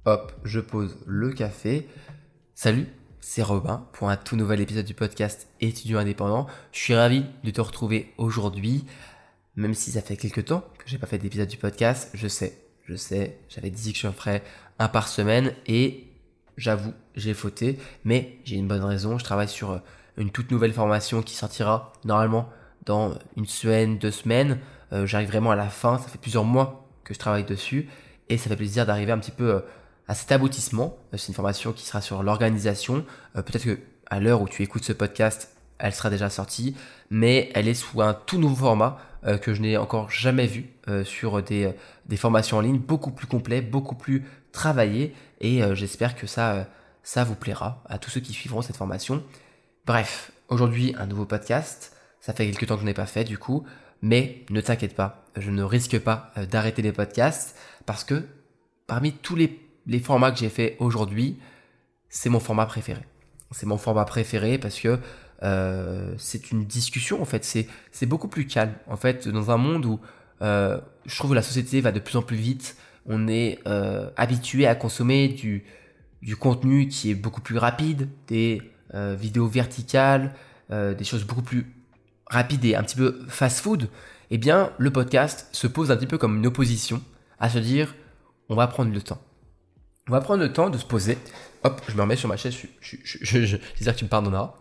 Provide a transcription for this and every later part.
Hop, je pose le café. Salut, c'est Robin pour un tout nouvel épisode du podcast Étudiant indépendant. Je suis ravi de te retrouver aujourd'hui, même si ça fait quelques temps que j'ai pas fait d'épisode du podcast. Je sais, j'avais dit que j'en ferais un par semaine et j'avoue, j'ai fauté, mais j'ai une bonne raison. Je travaille sur une toute nouvelle formation qui sortira normalement dans une semaine, 2 semaines. J'arrive vraiment à la fin, ça fait plusieurs mois que je travaille dessus et ça fait plaisir d'arriver un petit peu à cet aboutissement. C'est une formation qui sera sur l'organisation. Peut-être que à l'heure où tu écoutes ce podcast, elle sera déjà sortie, mais elle est sous un tout nouveau format que je n'ai encore jamais vu sur des formations en ligne, beaucoup plus complet, beaucoup plus travaillé, et j'espère que ça vous plaira à tous ceux qui suivront cette formation. Bref, aujourd'hui un nouveau podcast. Ça fait quelques temps que je n'ai pas fait du coup, mais ne t'inquiète pas, je ne risque pas d'arrêter les podcasts parce que parmi tous les formats que j'ai fait aujourd'hui, c'est mon format préféré. C'est mon format préféré parce que c'est une discussion en fait. C'est beaucoup plus calme en fait dans un monde où je trouve que la société va de plus en plus vite. On est habitué à consommer du contenu qui est beaucoup plus rapide, des vidéos verticales, des choses beaucoup plus rapides et un petit peu fast-food. Eh bien, le podcast se pose un petit peu comme une opposition à se dire, on va prendre le temps. On va prendre le temps de se poser. Hop, je me remets sur ma chaise. J'espère que tu me pardonneras.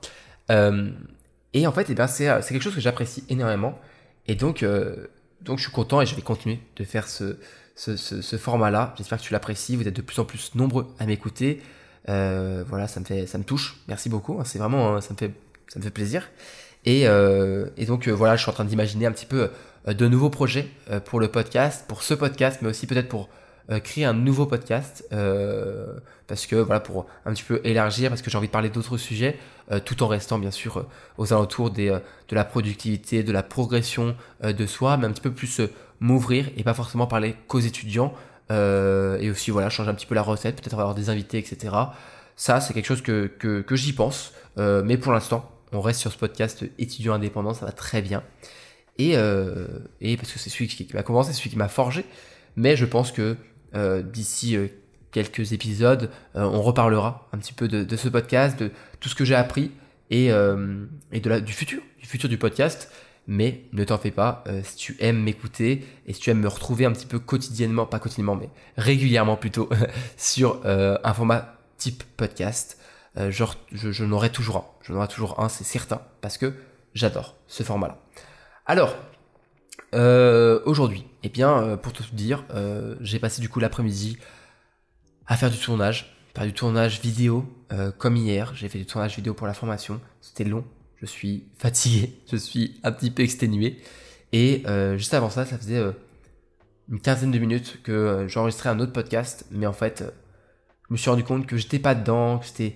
Et en fait, eh bien, c'est quelque chose que j'apprécie énormément. Et donc, je suis content et je vais continuer de faire ce format-là. J'espère que tu l'apprécies. Vous êtes de plus en plus nombreux à m'écouter. Voilà, ça me touche. Merci beaucoup. C'est vraiment, ça me fait plaisir. Et donc, voilà, je suis en train d'imaginer un petit peu de nouveaux projets pour le podcast, pour ce podcast, mais aussi peut-être pour créer un nouveau podcast parce que voilà, pour un petit peu élargir, parce que j'ai envie de parler d'autres sujets tout en restant bien sûr aux alentours de la productivité, de la progression de soi, mais un petit peu plus m'ouvrir et pas forcément parler qu'aux étudiants et aussi voilà, changer un petit peu la recette, peut-être avoir des invités, etc. Ça, c'est quelque chose que j'y pense, mais pour l'instant on reste sur ce podcast étudiant indépendant, ça va très bien. Et parce que c'est celui qui m'a commencé, c'est celui qui m'a forgé. Mais je pense que d'ici quelques épisodes, on reparlera un petit peu de ce podcast, de tout ce que j'ai appris et du futur du podcast. Mais ne t'en fais pas, si tu aimes m'écouter et si tu aimes me retrouver un petit peu quotidiennement, pas quotidiennement, mais régulièrement plutôt, sur un format type podcast, je n'aurai toujours un. Je n'aurai toujours un, c'est certain, parce que j'adore ce format-là. Alors, aujourd'hui, eh bien, pour tout dire, j'ai passé du coup l'après-midi à faire du tournage vidéo, comme hier. J'ai fait du tournage vidéo pour la formation. C'était long, je suis fatigué, je suis un petit peu exténué. Et juste avant ça, ça faisait une quinzaine de minutes que j'enregistrais un autre podcast, mais en fait, je me suis rendu compte que j'étais pas dedans,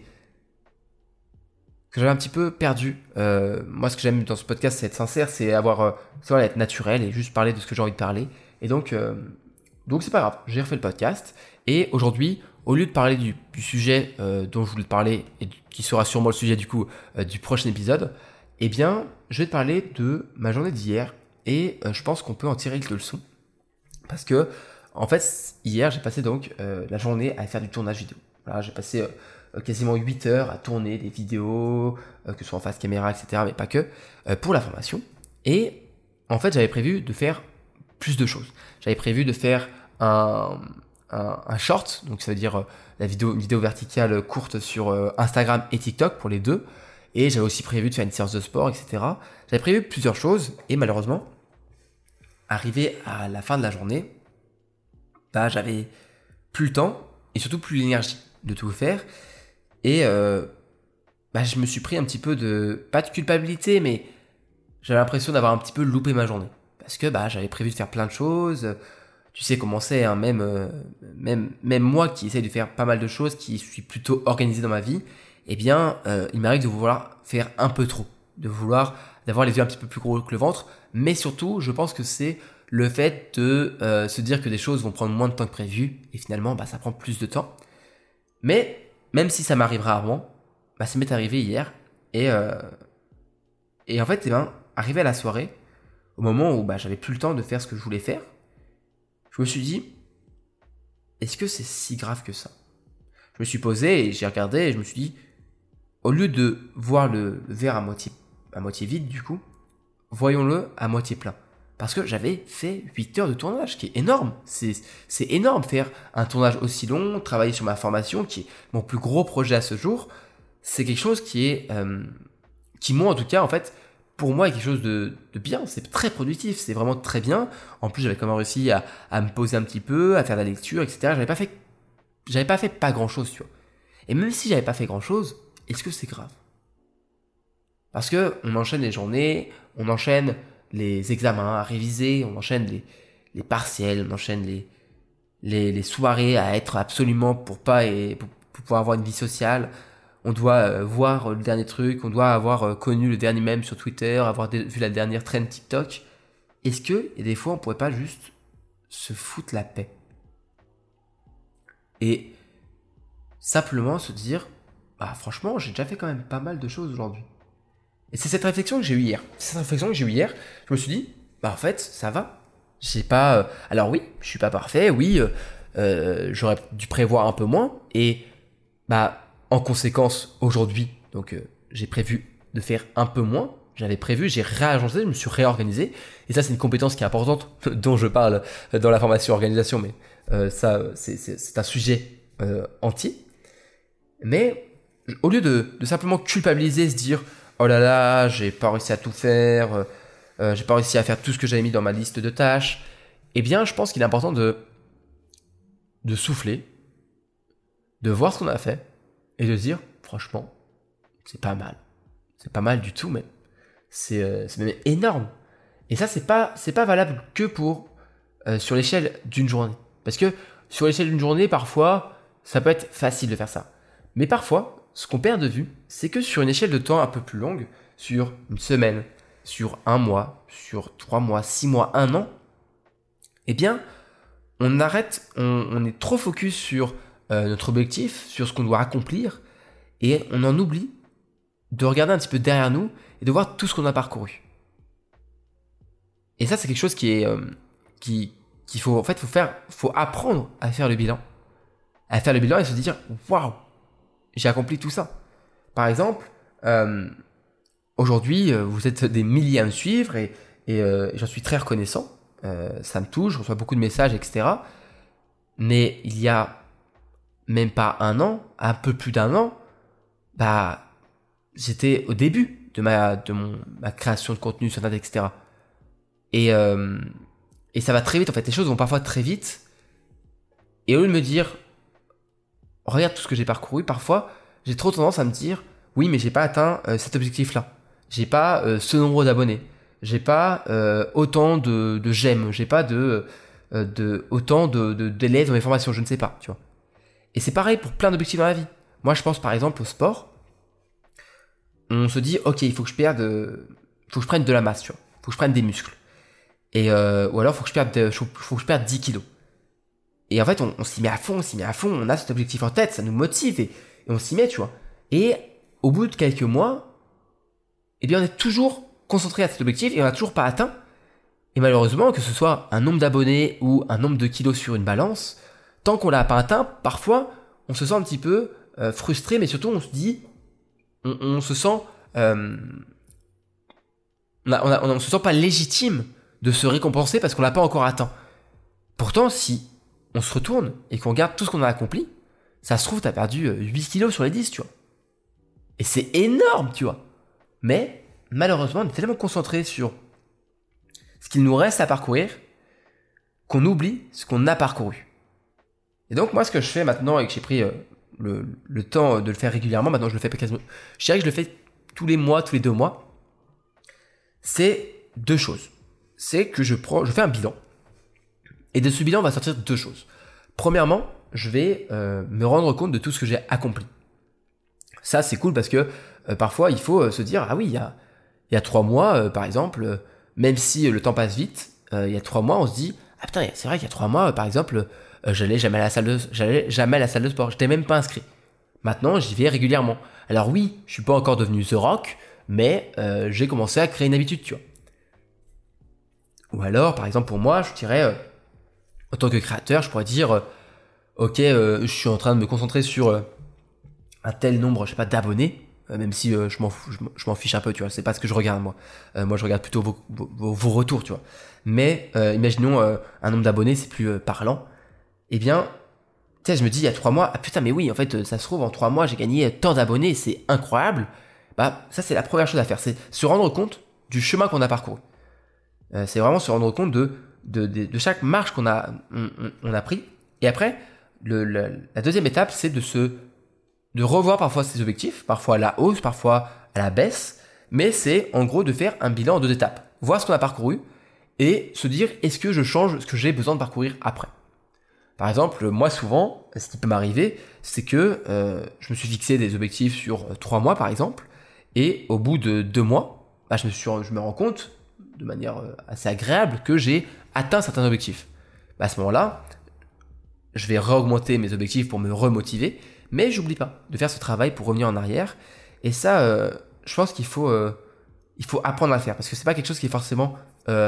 que j'avais un petit peu perdu. Moi, ce que j'aime dans ce podcast, c'est être sincère, c'est être naturel et juste parler de ce que j'ai envie de parler. Et donc c'est pas grave, j'ai refait le podcast. Et aujourd'hui, au lieu de parler du sujet dont je voulais te parler, et qui sera sûrement le sujet du coup du prochain épisode, eh bien, je vais te parler de ma journée d'hier. Et je pense qu'on peut en tirer quelques leçons. Parce que, en fait, hier, j'ai passé donc la journée à faire du tournage vidéo. Voilà, j'ai passé quasiment 8 heures à tourner des vidéos, que ce soit en face caméra, etc., mais pas que, pour la formation. Et en fait, j'avais prévu de faire plus de choses. J'avais prévu de faire un short, donc ça veut dire une vidéo verticale courte sur Instagram et TikTok pour les deux. Et j'avais aussi prévu de faire une séance de sport, etc. J'avais prévu plusieurs choses, et malheureusement, arrivé à la fin de la journée, bah, j'avais plus le temps, et surtout plus l'énergie de tout faire. Et je me suis pris un petit peu pas de culpabilité, mais j'avais l'impression d'avoir un petit peu loupé ma journée. Parce que j'avais prévu de faire plein de choses. Tu sais comment c'est, hein, même moi qui essaye de faire pas mal de choses, qui suis plutôt organisé dans ma vie, eh bien, il m'arrive de vouloir faire un peu trop. D'avoir les yeux un petit peu plus gros que le ventre. Mais surtout, je pense que c'est le fait de se dire que des choses vont prendre moins de temps que prévu. Et finalement, ça prend plus de temps. Mais même si ça m'arrive rarement, ça m'est arrivé hier. Et en fait, arrivé à la soirée, au moment où j'avais plus le temps de faire ce que je voulais faire, je me suis dit, est-ce que c'est si grave que ça? Je me suis posé et j'ai regardé et je me suis dit, au lieu de voir le verre à moitié vide du coup, voyons-le à moitié plein. Parce que j'avais fait 8 heures de tournage, ce qui est énorme. C'est énorme faire un tournage aussi long, travailler sur ma formation, qui est mon plus gros projet à ce jour. C'est quelque chose qui moi en tout cas, en fait, pour moi, est quelque chose de bien. C'est très productif, c'est vraiment très bien. En plus, j'avais quand même réussi à me poser un petit peu, à faire de la lecture, etc. J'avais pas fait pas grand chose, tu vois. Et même si j'avais pas fait grand chose, est-ce que c'est grave? Parce que on enchaîne les journées, on enchaîne les examens à réviser, on enchaîne les partiels, on enchaîne les soirées à être absolument pour pouvoir avoir une vie sociale. On doit voir le dernier truc, on doit avoir connu le dernier mème sur Twitter, avoir vu la dernière trend TikTok. Est-ce que, et des fois, on pourrait pas juste se foutre la paix? Et simplement se dire, bah franchement, j'ai déjà fait quand même pas mal de choses aujourd'hui. Et c'est cette réflexion que j'ai eue hier. Je me suis dit, bah en fait, ça va. J'ai pas. Alors oui, je suis pas parfait. Oui, j'aurais dû prévoir un peu moins. Et bah en conséquence, aujourd'hui, donc j'ai prévu de faire un peu moins. J'ai réagencé, je me suis réorganisé. Et ça, c'est une compétence qui est importante, dont je parle dans la formation organisation. Mais ça, c'est un sujet entier. Mais au lieu de simplement culpabiliser, se dire oh là là, j'ai pas réussi à tout faire, j'ai pas réussi à faire tout ce que j'avais mis dans ma liste de tâches, eh bien, je pense qu'il est important de souffler, de voir ce qu'on a fait et de dire franchement, c'est pas mal. C'est pas mal du tout, mais c'est même énorme. Et ça, c'est pas valable que pour sur l'échelle d'une journée. Parce que sur l'échelle d'une journée, parfois, ça peut être facile de faire ça. Mais parfois, ce qu'on perd de vue, c'est que sur une échelle de temps un peu plus longue, sur une semaine, sur un mois, sur 3 mois, 6 mois, 1 an, eh bien, on est trop focus sur notre objectif, sur ce qu'on doit accomplir, et on en oublie de regarder un petit peu derrière nous et de voir tout ce qu'on a parcouru. Et ça, c'est quelque chose qu'il faut, en fait, faut apprendre à faire le bilan. À faire le bilan et se dire, waouh, j'ai accompli tout ça. Par exemple, aujourd'hui, vous êtes des milliers à me suivre et j'en suis très reconnaissant. Ça me touche, je reçois beaucoup de messages, etc. Mais il y a même pas un an, un peu plus d'un an, bah, j'étais au début de ma création de contenu sur Internet, etc. Et ça va très vite, en fait. Les choses vont parfois très vite. Et au lieu de me dire, regarde tout ce que j'ai parcouru, parfois, j'ai trop tendance à me dire, oui, mais j'ai pas atteint cet objectif-là. J'ai pas ce nombre d'abonnés. J'ai pas autant de j'aime. J'ai pas autant d'élèves dans mes formations. Je ne sais pas, tu vois. Et c'est pareil pour plein d'objectifs dans la vie. Moi, je pense par exemple au sport. On se dit, ok, il faut que je prenne de la masse, tu vois. Faut que je prenne des muscles. Et ou alors faut que je perde 10 kilos. Et en fait, on s'y met à fond, on a cet objectif en tête, ça nous motive et on s'y met, tu vois. Et au bout de quelques mois, eh bien, on est toujours concentré à cet objectif et on n'a toujours pas atteint. Et malheureusement, que ce soit un nombre d'abonnés ou un nombre de kilos sur une balance, tant qu'on l'a pas atteint, parfois, on se sent un petit peu frustré, mais surtout, on se dit, on se sent, on se sent pas légitime de se récompenser parce qu'on l'a pas encore atteint. Pourtant, si on se retourne et qu'on regarde tout ce qu'on a accompli, ça se trouve, t'as perdu 8 kilos sur les 10, tu vois. Et c'est énorme, tu vois. Mais, malheureusement, on est tellement concentré sur ce qu'il nous reste à parcourir qu'on oublie ce qu'on a parcouru. Et donc, moi, ce que je fais maintenant et que j'ai pris le temps de le faire régulièrement, maintenant je le fais quasiment, je dirais que je le fais tous les mois, tous les 2 mois, c'est 2 choses. C'est que je fais un bilan. Et de ce bilan, on va sortir 2 choses. Premièrement, je vais me rendre compte de tout ce que j'ai accompli. Ça, c'est cool parce que parfois, il faut se dire, ah oui, il y a 3 mois, par exemple, même si le temps passe vite, il y a 3 mois, on se dit, ah putain, c'est vrai qu'il y a 3 mois, par exemple, j'allais jamais à la salle de sport, j'étais même pas inscrit. Maintenant, j'y vais régulièrement. Alors oui, je suis pas encore devenu The Rock, mais j'ai commencé à créer une habitude, tu vois. Ou alors, par exemple, pour moi, je dirais, en tant que créateur, je pourrais dire, ok, je suis en train de me concentrer sur un tel nombre, je sais pas, d'abonnés, même si je m'en fiche un peu, tu vois, c'est pas ce que je regarde moi. Moi je regarde plutôt vos retours, tu vois. Mais imaginons un nombre d'abonnés, c'est plus parlant. Eh bien, tu sais, je me dis il y a 3 mois, ah putain, mais oui, en fait, ça se trouve, en 3 mois, j'ai gagné tant d'abonnés, c'est incroyable. Bah, ça, c'est la première chose à faire, c'est se rendre compte du chemin qu'on a parcouru. C'est vraiment se rendre compte de chaque marche on a pris. Et après, la deuxième étape, c'est de revoir parfois ses objectifs, parfois à la hausse, parfois à la baisse. Mais c'est en gros de faire un bilan en 2 étapes. Voir ce qu'on a parcouru et se dire est-ce que je change ce que j'ai besoin de parcourir après. Par exemple, moi souvent, ce qui peut m'arriver, c'est que je me suis fixé des objectifs sur 3 mois par exemple, et au bout de 2 mois, bah, je me rends compte de manière assez agréable que j'ai atteint certains objectifs. Bah, à ce moment-là, je vais réaugmenter mes objectifs pour me remotiver, mais j'oublie pas de faire ce travail pour revenir en arrière. Et ça, je pense il faut apprendre à le faire, parce que c'est pas quelque chose qui est forcément,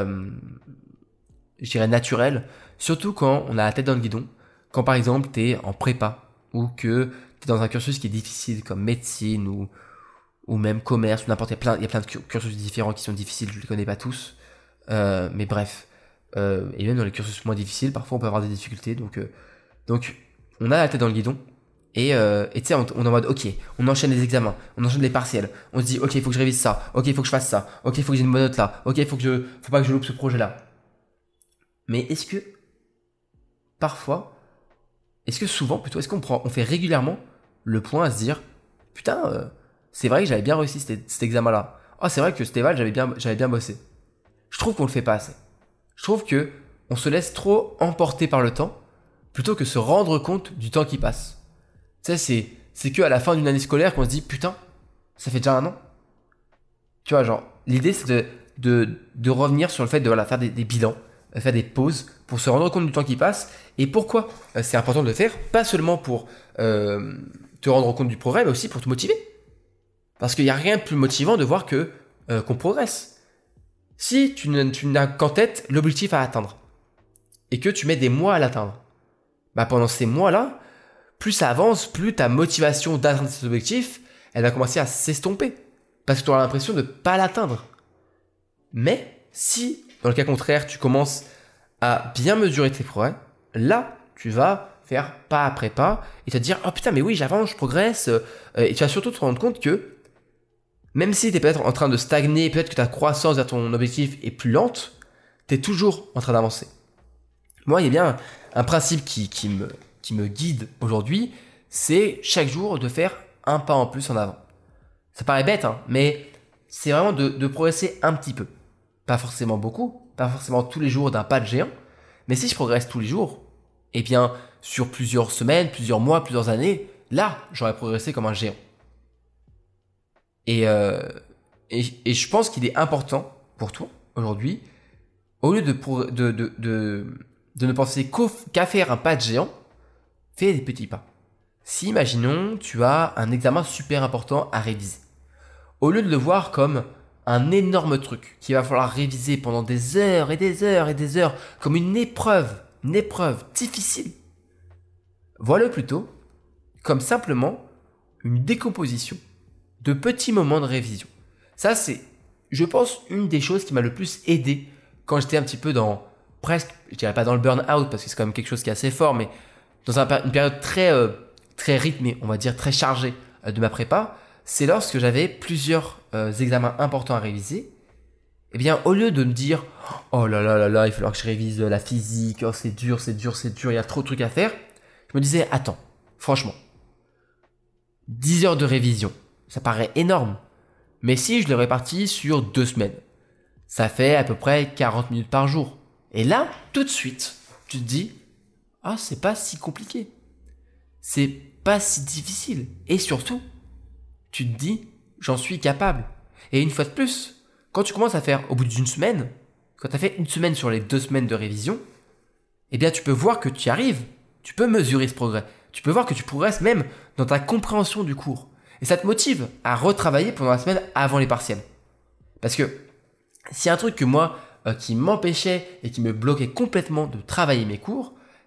je dirais, naturel, surtout quand on a la tête dans le guidon, quand par exemple tu es en prépa, ou que tu es dans un cursus qui est difficile, comme médecine, ou même commerce, ou n'importe, il y a plein de cursus différents qui sont difficiles, je les connais pas tous, mais bref. Et même dans les cursus moins difficiles, parfois on peut avoir des difficultés, donc on a la tête dans le guidon, et tu sais, on est en mode, ok, on enchaîne les examens, on enchaîne les partiels, on se dit, ok, il faut que je révise ça, ok, il faut que je fasse ça, ok, il faut que j'ai une bonne note là, ok, faut pas que je loupe ce projet-là. Mais est-ce que, parfois, est-ce que souvent, plutôt, on fait régulièrement le point à se dire, putain, c'est vrai que j'avais bien réussi cet examen-là. Oh, c'est vrai que cet éval, j'avais bien bossé. Je trouve qu'on le fait pas assez. Je trouve que on se laisse trop emporter par le temps, plutôt que se rendre compte du temps qui passe. Tu sais, c'est que à la fin d'une année scolaire qu'on se dit, putain, ça fait déjà 1 an. Tu vois, genre, l'idée c'est de revenir sur le fait de voilà, faire des bilans, faire des pauses pour se rendre compte du temps qui passe. Et pourquoi c'est important de le faire, pas seulement pour te rendre compte du progrès, mais aussi pour te motiver. Parce qu'il n'y a rien de plus motivant de voir qu'on progresse. Si tu n'as qu'en tête l'objectif à atteindre et que tu mets des mois à l'atteindre, bah pendant ces mois-là, plus ça avance, plus ta motivation d'atteindre cet objectif, elle va commencer à s'estomper. Parce que tu auras l'impression de ne pas l'atteindre. Mais si, dans le cas contraire, tu commences à bien mesurer tes progrès, là, tu vas faire pas après pas et te dire « Oh putain, mais oui, j'avance, je progresse. » Et tu vas surtout te rendre compte que même si tu es peut-être en train de stagner, peut-être que ta croissance vers ton objectif est plus lente, tu es toujours en train d'avancer. Moi, il y a bien un principe qui me guide aujourd'hui, c'est chaque jour de faire un pas en plus en avant. Ça paraît bête, hein, mais c'est vraiment de progresser un petit peu. Pas forcément beaucoup, pas forcément tous les jours d'un pas de géant, mais si je progresse tous les jours, eh bien, sur plusieurs semaines, plusieurs mois, plusieurs années, là, j'aurais progressé comme un géant. Et je pense qu'il est important pour toi, aujourd'hui, au lieu de ne penser qu'à faire un pas de géant, fais des petits pas. Si, imaginons, tu as un examen super important à réviser. Au lieu de le voir comme un énorme truc qu'il va falloir réviser pendant des heures et des heures et des heures, comme une épreuve difficile, vois-le plutôt comme simplement une décomposition de petits moments de révision. Ça, c'est, je pense, une des choses qui m'a le plus aidé quand j'étais un petit peu dans, presque, je dirais pas dans le burn-out, parce que c'est quand même quelque chose qui est assez fort, mais dans une période très rythmée, on va dire très chargée de ma prépa, c'est lorsque j'avais plusieurs examens importants à réviser. Eh bien, au lieu de me dire « Oh là là là là, il va falloir que je révise la physique, oh c'est dur, il y a trop de trucs à faire », je me disais « Attends, franchement, 10 heures de révision, ça paraît énorme, mais si je le répartis sur 2 semaines, ça fait à peu près 40 minutes par jour. Et là, tout de suite, tu te dis « Ah, c'est pas si compliqué, c'est pas si difficile. » Et surtout, tu te dis « J'en suis capable. » Et une fois de plus, quand tu commences à faire au bout d'une semaine, quand tu as fait 1 semaine sur les 2 semaines de révision, eh bien tu peux voir que tu y arrives, tu peux mesurer ce progrès, tu peux voir que tu progresses même dans ta compréhension du cours. Et ça te motive à retravailler pendant la semaine avant les partiels. Parce que s'il y a un truc que moi, qui m'empêchait et qui me bloquait complètement de travailler mes cours,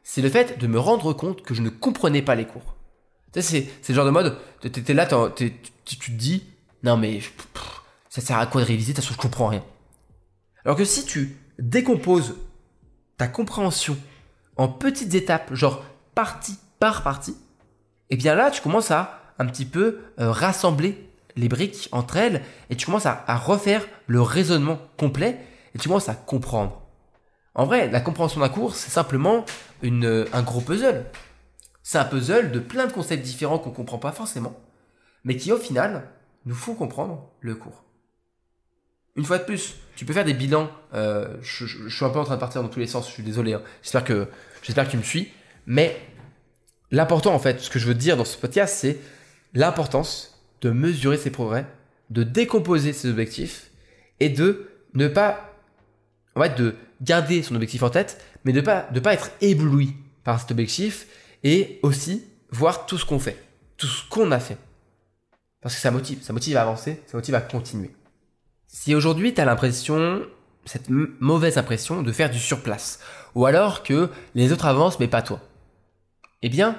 c'est le fait de me rendre compte que je ne comprenais pas les cours. Tu sais, c'est le genre de mode, t'es là, tu te dis, non mais ça sert à quoi de réviser, de toute façon je comprends rien. Alors que si tu décomposes ta compréhension en petites étapes, genre partie par partie, et bien là tu commences à un petit peu rassembler les briques entre elles et tu commences à refaire le raisonnement complet et tu commences à comprendre. En vrai, la compréhension d'un cours, c'est simplement un gros puzzle. C'est un puzzle de plein de concepts différents qu'on ne comprend pas forcément, mais qui au final nous font comprendre le cours. Une fois de plus, tu peux faire des bilans. Je suis un peu en train de partir dans tous les sens, je suis désolé. Hein. J'espère que tu me suis. Mais l'important, en fait, ce que je veux dire dans ce podcast, c'est l'importance de mesurer ses progrès, de décomposer ses objectifs et de ne pas, en fait, de garder son objectif en tête, mais de pas être ébloui par cet objectif et aussi voir tout ce qu'on fait, tout ce qu'on a fait. Parce que ça motive à avancer, ça motive à continuer. Si aujourd'hui tu as l'impression, cette mauvaise impression de faire du surplace, ou alors que les autres avancent mais pas toi, eh bien,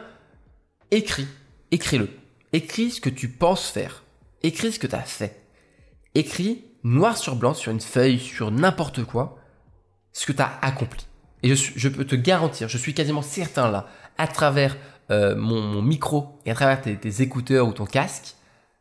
écris-le. Écris ce que tu penses faire. Écris ce que tu as fait. Écris noir sur blanc sur une feuille, sur n'importe quoi, ce que tu as accompli. Et je peux te garantir, je suis quasiment certain là, à travers mon micro et à travers tes écouteurs ou ton casque,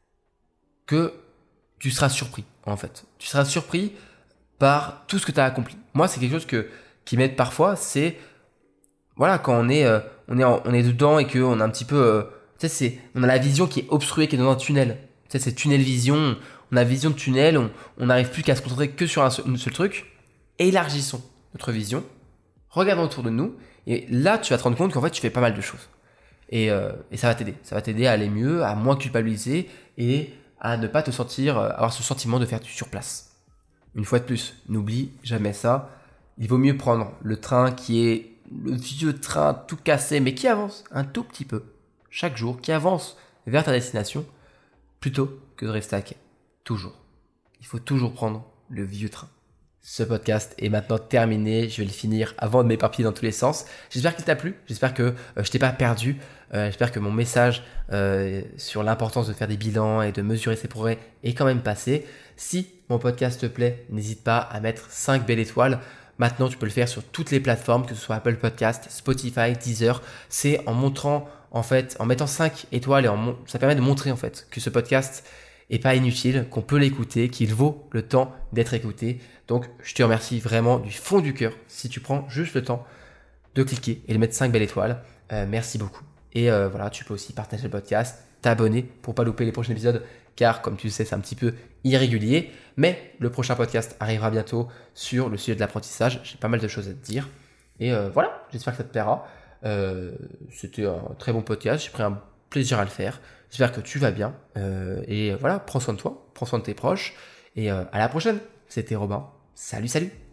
que tu seras surpris en fait. Tu seras surpris par tout ce que tu as accompli. Moi, c'est quelque chose qui m'aide parfois, c'est voilà, quand on est dedans et qu'on a un petit peu on a la vision qui est obstruée, qui est dans un tunnel. Tu sais, c'est tunnel vision, on a vision de tunnel, on n'arrive plus qu'à se concentrer que sur un seul truc. Élargissons notre vision, regardons autour de nous et là, tu vas te rendre compte qu'en fait, tu fais pas mal de choses. Et ça va t'aider. Ça va t'aider à aller mieux, à moins culpabiliser et à ne pas te sentir, avoir ce sentiment de faire du surplace. Une fois de plus, n'oublie jamais ça. Il vaut mieux prendre le train qui est le vieux train tout cassé, mais qui avance un tout petit peu, chaque jour, qui avance vers ta destination, plutôt que de rester à quai. Toujours. Il faut toujours prendre le vieux train. Ce podcast est maintenant terminé, je vais le finir avant de m'éparpiller dans tous les sens. J'espère qu'il t'a plu, j'espère que je t'ai pas perdu, j'espère que mon message sur l'importance de faire des bilans et de mesurer ses progrès est quand même passé. Si mon podcast te plaît, n'hésite pas à mettre 5 belles étoiles. Maintenant, tu peux le faire sur toutes les plateformes, que ce soit Apple Podcast, Spotify, Deezer. C'est en montrant, en fait, en mettant 5 étoiles et ça permet de montrer en fait que ce podcast est pas inutile, qu'on peut l'écouter, qu'il vaut le temps d'être écouté. Donc, je te remercie vraiment du fond du cœur si tu prends juste le temps de cliquer et de mettre 5 belles étoiles. Merci beaucoup. Et voilà, tu peux aussi partager le podcast, t'abonner pour pas louper les prochains épisodes, car comme tu le sais, c'est un petit peu irrégulier. Mais le prochain podcast arrivera bientôt sur le sujet de l'apprentissage. J'ai pas mal de choses à te dire. Et voilà, j'espère que ça te plaira. C'était un très bon podcast, j'ai pris un plaisir à le faire. J'espère que tu vas bien. Et voilà, prends soin de toi, prends soin de tes proches. Et à la prochaine. C'était Robin. Salut, salut!